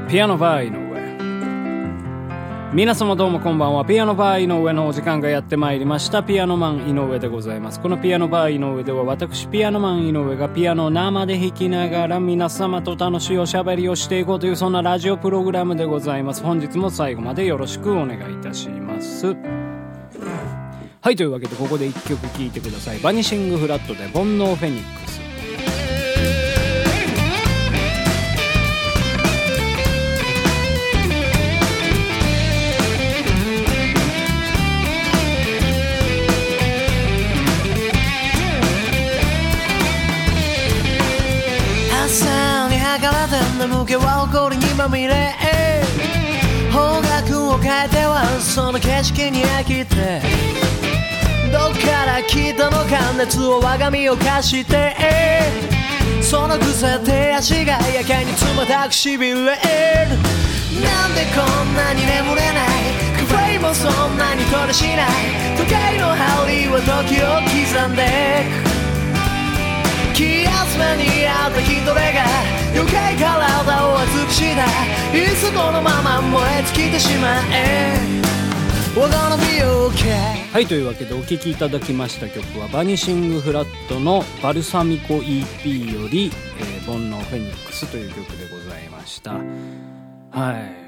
ピアノバー井上。皆様どうもこんばんは。ピアノバー井上のお時間がやってまいりました。ピアノマン井上でございます。このピアノバー井上では私ピアノマン井上がピアノを生で弾きながら皆様と楽しいおしゃべりをしていこうというそんなラジオプログラムでございます。本日も最後までよろしくお願いいたします。はい、というわけでここで1曲聴いてください。バニシングフラットで煩悩フェニックス。眠気は誇りにまみれ方角を変えてはその景色に飽きてどっから来たのか熱を我が身を貸してその癖手足がやけに冷たくしびれるなんでこんなに眠れないカフェインもそんなに取れしない時計の針は時を刻んで気休めにあった人が余計体を熱くしたいつこのまま燃え尽きてしまえ We're gonna be okay。 はい、というわけでお聴きいただきました曲はバニシングフラットのバルサミコ EP より、煩悩フェニックスという曲でございました。はい、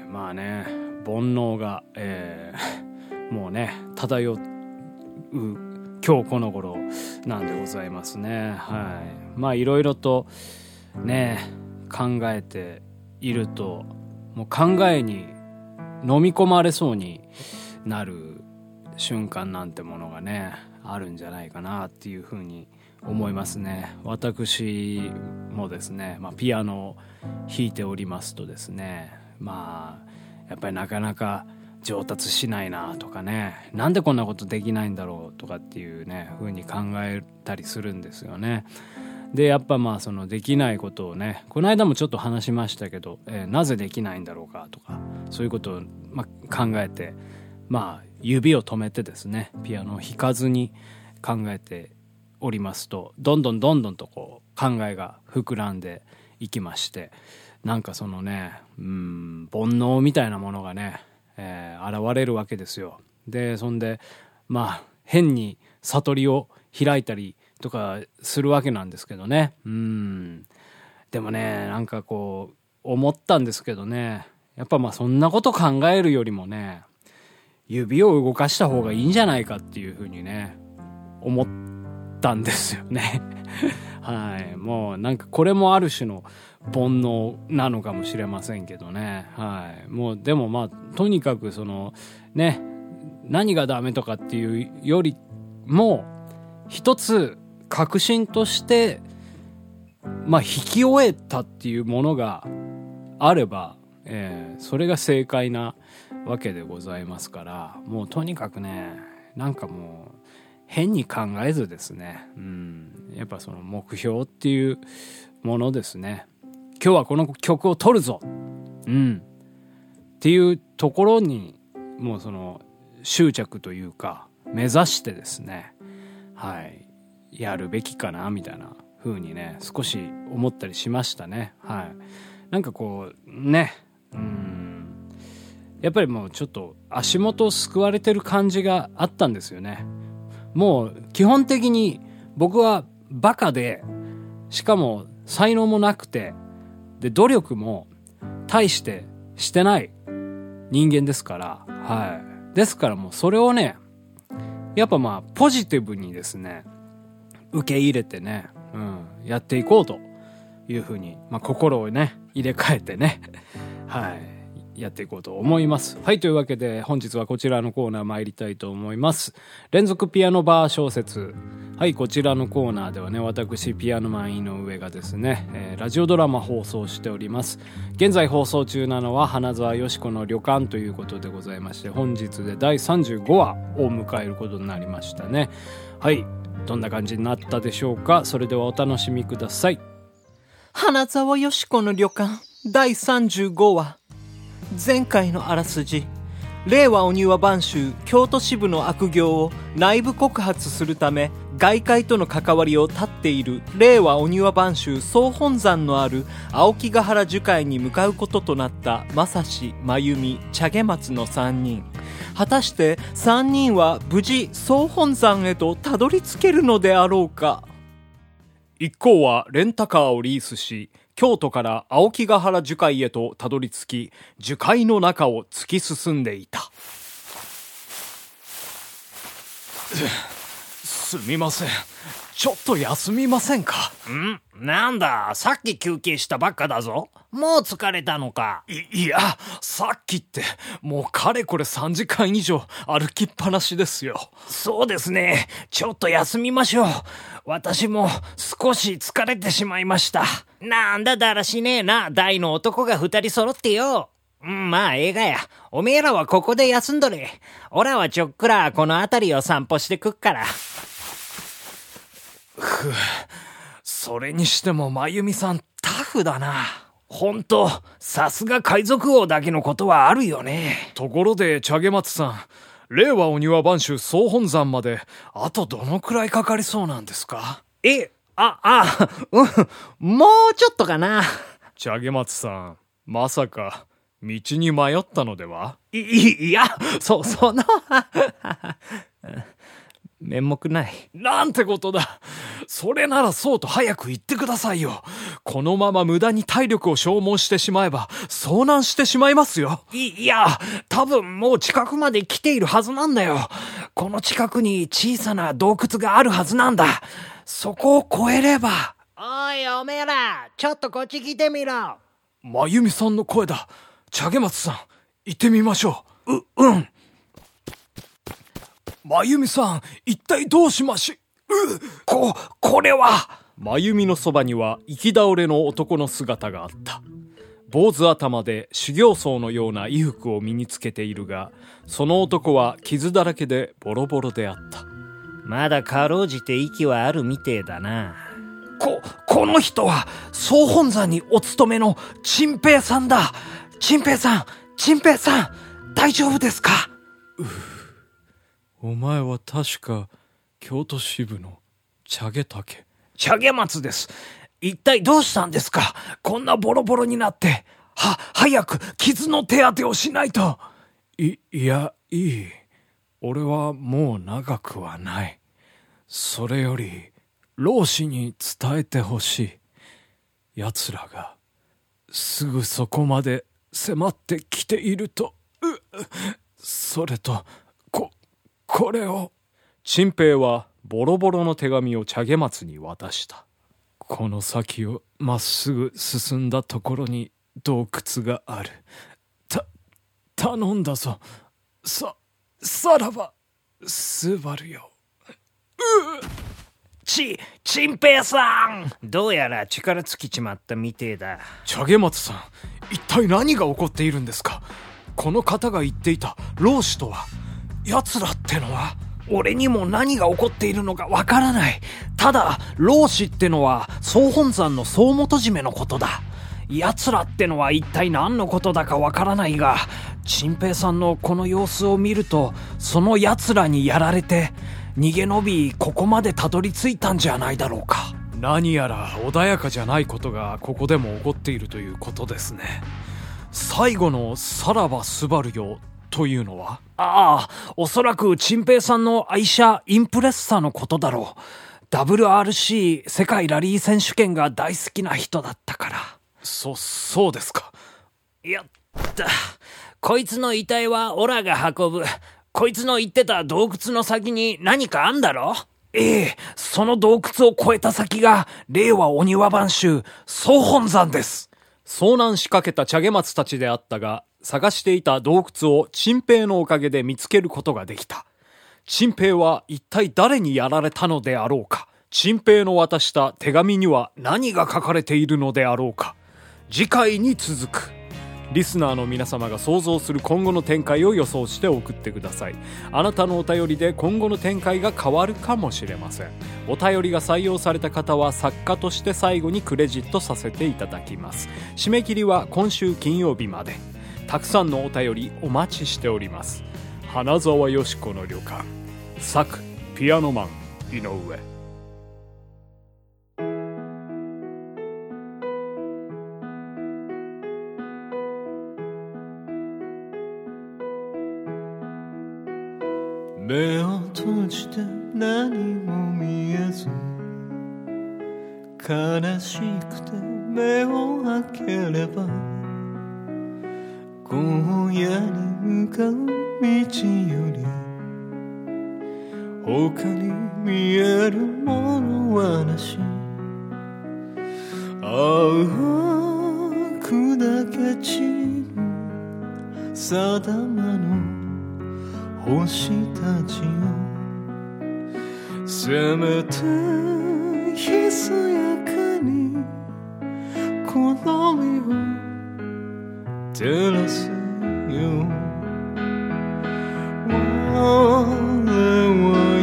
まあね、煩悩が、もうね漂う今日この頃なんでございますね。はい、まあいろいろとね考えているともう考えに飲み込まれそうになる瞬間なんてものがねあるんじゃないかなっていうふうに思いますね。私もですね、ピアノを弾いておりますとですね、やっぱりなかなか上達しないなとかね、なんでこんなことできないんだろうとかっていうね風に考えたりするんですよね。でやっぱそのできないことをね、この間もちょっと話しましたけど、なぜできないんだろうかとかそういうことを考えて指を止めてですねピアノを弾かずに考えておりますとどんどんとこう考えが膨らんでいきまして、なんかそのね煩悩みたいなものがね現れるわけですよ。でそんで変に悟りを開いたりとかするわけなんですけどね。でもねなんかこう思ったんですけどね、やっぱそんなこと考えるよりもね指を動かした方がいいんじゃないかっていうふうにね思ったんですよね。はい、もうなんかこれもある種の煩悩なのかもしれませんけどね。はい、もうでもとにかくそのね何がダメとかっていうよりも一つ確信として弾き終えたっていうものがあれば、それが正解なわけでございますから、もうとにかくねなんかもう変に考えずですね、やっぱその目標っていうものですね。今日はこの曲を取るぞ、っていうところにもうその執着というか目指してですね、やるべきかなみたいな風にね少し思ったりしましたね。なんかこうねやっぱりもうちょっと足元をすくわれてる感じがあったんですよね。もう基本的に僕はバカで、しかも才能もなくて、で努力も大してしてない人間ですから、ですからもうそれをねやっぱポジティブにですね受け入れてね、やっていこうというふうに、心をね入れ替えてねやっていこうと思います。はい、というわけで本日はこちらのコーナー参りたいと思います。連続ピアノバー小説。はい、こちらのコーナーではね私ピアノマン井上がですね、ラジオドラマ放送しております。現在放送中なのは花沢よし子の旅館ということでございまして、本日で第35話を迎えることになりましたね。はい、どんな感じになったでしょうか。それではお楽しみください。 花沢よし子の旅館第35話。前回のあらすじ。令和お庭番衆京都支部の悪行を内部告発するため外界との関わりを断っている令和お庭番衆総本山のある青木ヶ原樹海に向かうこととなった正志、真由美、茶毛松の3人。果たして3人は無事総本山へとたどり着けるのであろうか。一行はレンタカーをリースし、京都から青木ヶ原樹海へとたどり着き、樹海の中を突き進んでいた。すみません。ちょっと休みませんか？ なんだ、さっき休憩したばっかだぞ。もう疲れたのか？ いや、さっきってもうかれこれ3時間以上歩きっぱなしですよ。 そうですね。ちょっと休みましょう。私も少し疲れてしまいました。なんだだらしねえな、大の男が2人揃ってよ。まあ映画や。おめえらはここで休んどれ。オラはちょっくらこの辺りを散歩してくっから。 それにしても真由美さんタフだな。 ほんと、さすが海賊王だけのことはあるよね。 ところで茶毛松さん、令和お庭番衆総本山まであとどのくらいかかりそうなんですか？ もうちょっとかな。 茶毛松さん、まさか道に迷ったのでは？ いや、その面目ない。 なんてことだ。それならそうと早く言ってくださいよ。このまま無駄に体力を消耗してしまえば遭難してしまいますよ。 いや、多分もう近くまで来ているはずなんだよ。この近くに小さな洞窟があるはずなんだ。そこを越えれば。おいおめえら、ちょっとこっち来てみろ。 真由美さんの声だ。茶毛松さん、行ってみましょう。真由美さん、一体どうしまし。 これは。 真由美のそばには行き倒れの男の姿があった。坊主頭で修行僧のような衣服を身につけているが、その男は傷だらけでボロボロであった。 まだかろうじて息はあるみてえだな。この人は総本山にお勤めの陳平さんだ。陳平さん、大丈夫ですか？ お前は確か京都支部の茶毛竹。 茶毛松です。一体どうしたんですか？こんなボロボロになって。早く傷の手当てをしないと。 いい。俺はもう長くはない。それより老子に伝えてほしい。奴らがすぐそこまで迫ってきていると。それとこれを。陳平はボロボロの手紙を茶毛松に渡した。この先をまっすぐ進んだところに洞窟がある。頼んだぞ。さらばスバルよ。 陳平さん、どうやら力尽きちまったみてえだ。 茶毛松さん、一体何が起こっているんですか？この方が言っていた老子とは、奴らってのは。 俺にも何が起こっているのかわからない。ただ老子ってのは総本山の総元締めのことだ。奴らってのは一体何のことだかわからないが、陳平さんのこの様子を見ると、その奴らにやられて逃げ延びここまでたどり着いたんじゃないだろうか。 何やら穏やかじゃないことがここでも起こっているということですね。最後のさらばスバルよというのは？ おそらく陳平さんの愛車インプレッサのことだろう。WRC 世界ラリー選手権が大好きな人だったから。 そうですか。 やった。こいつの遺体はオラが運ぶ。こいつの言ってた洞窟の先に何かあんだろ？その洞窟を越えた先が令和お庭番衆総本山です。 遭難しかけた茶毛松たちであったが、探していた洞窟を陳平のおかげで見つけることができた。陳平は一体誰にやられたのであろうか。陳平の渡した手紙には何が書かれているのであろうか。次回に続く。リスナーの皆様が想像する今後の展開を予想して送ってください。あなたのお便りで今後の展開が変わるかもしれません。お便りが採用された方は作家として最後にクレジットさせていただきます。締め切りは今週金曜日まで。たくさんのお便りお待ちしております。花沢よしこの旅館、作ピアノマン井上。 目を閉じて何も見えず悲しくて目を開ければ荒野に向かう道より他に見えるものはなし青く砕け散る定まの星たちよせめてひそやかにこの身を照らすよ我は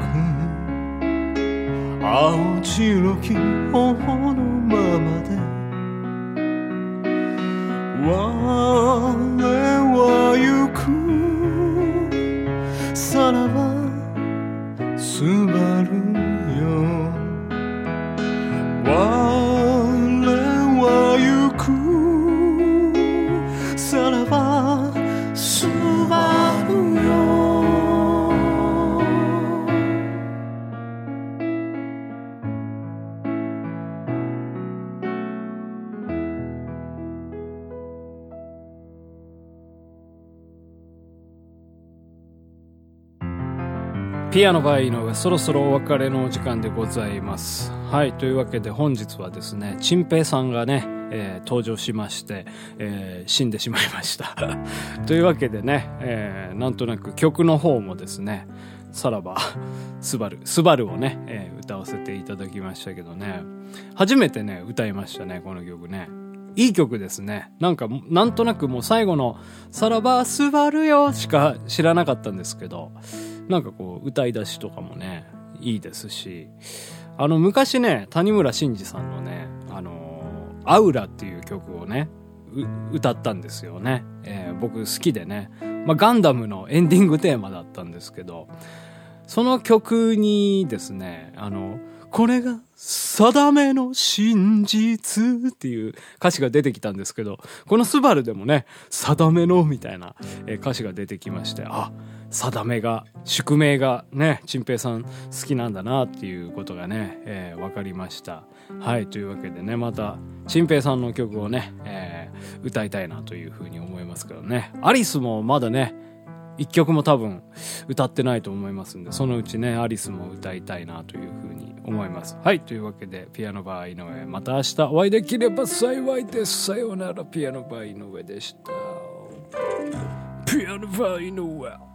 行く青白き頬のままで我は行くさらばすばるよ我は行くさらばすばるよピアノバー井上、そろそろお別れのお時間でございます。はい、というわけで本日はですね、チンペイさんがね、登場しまして、死んでしまいましたというわけでね、なんとなく曲の方もですね、さらばスバルをね、歌わせていただきましたけどね、初めてね歌いましたね、この曲ね。いい曲ですね。なんとなくもう最後のさらばスバルよしか知らなかったんですけど、なんかこう歌い出しとかもねいいですし、昔ね谷村新司さんのねアウラっていう曲をね歌ったんですよね。僕好きでね、ガンダムのエンディングテーマだったんですけど、その曲にですねこれが定めの真実っていう歌詞が出てきたんですけど、このスバルでもね定めのみたいな歌詞が出てきまして、宿命がねチンペイさん好きなんだなっていうことがね、分かりました。はい、というわけでね、またチンペイさんの曲をね、歌いたいなというふうに思いますけどね。アリスもまだね一曲も多分歌ってないと思いますんで、そのうちねアリスも歌いたいなというふうに思います。はい、というわけでピアノバー井上、また明日お会いできれば幸いです。さようなら。ピアノバー井上でした。ピアノバー井上。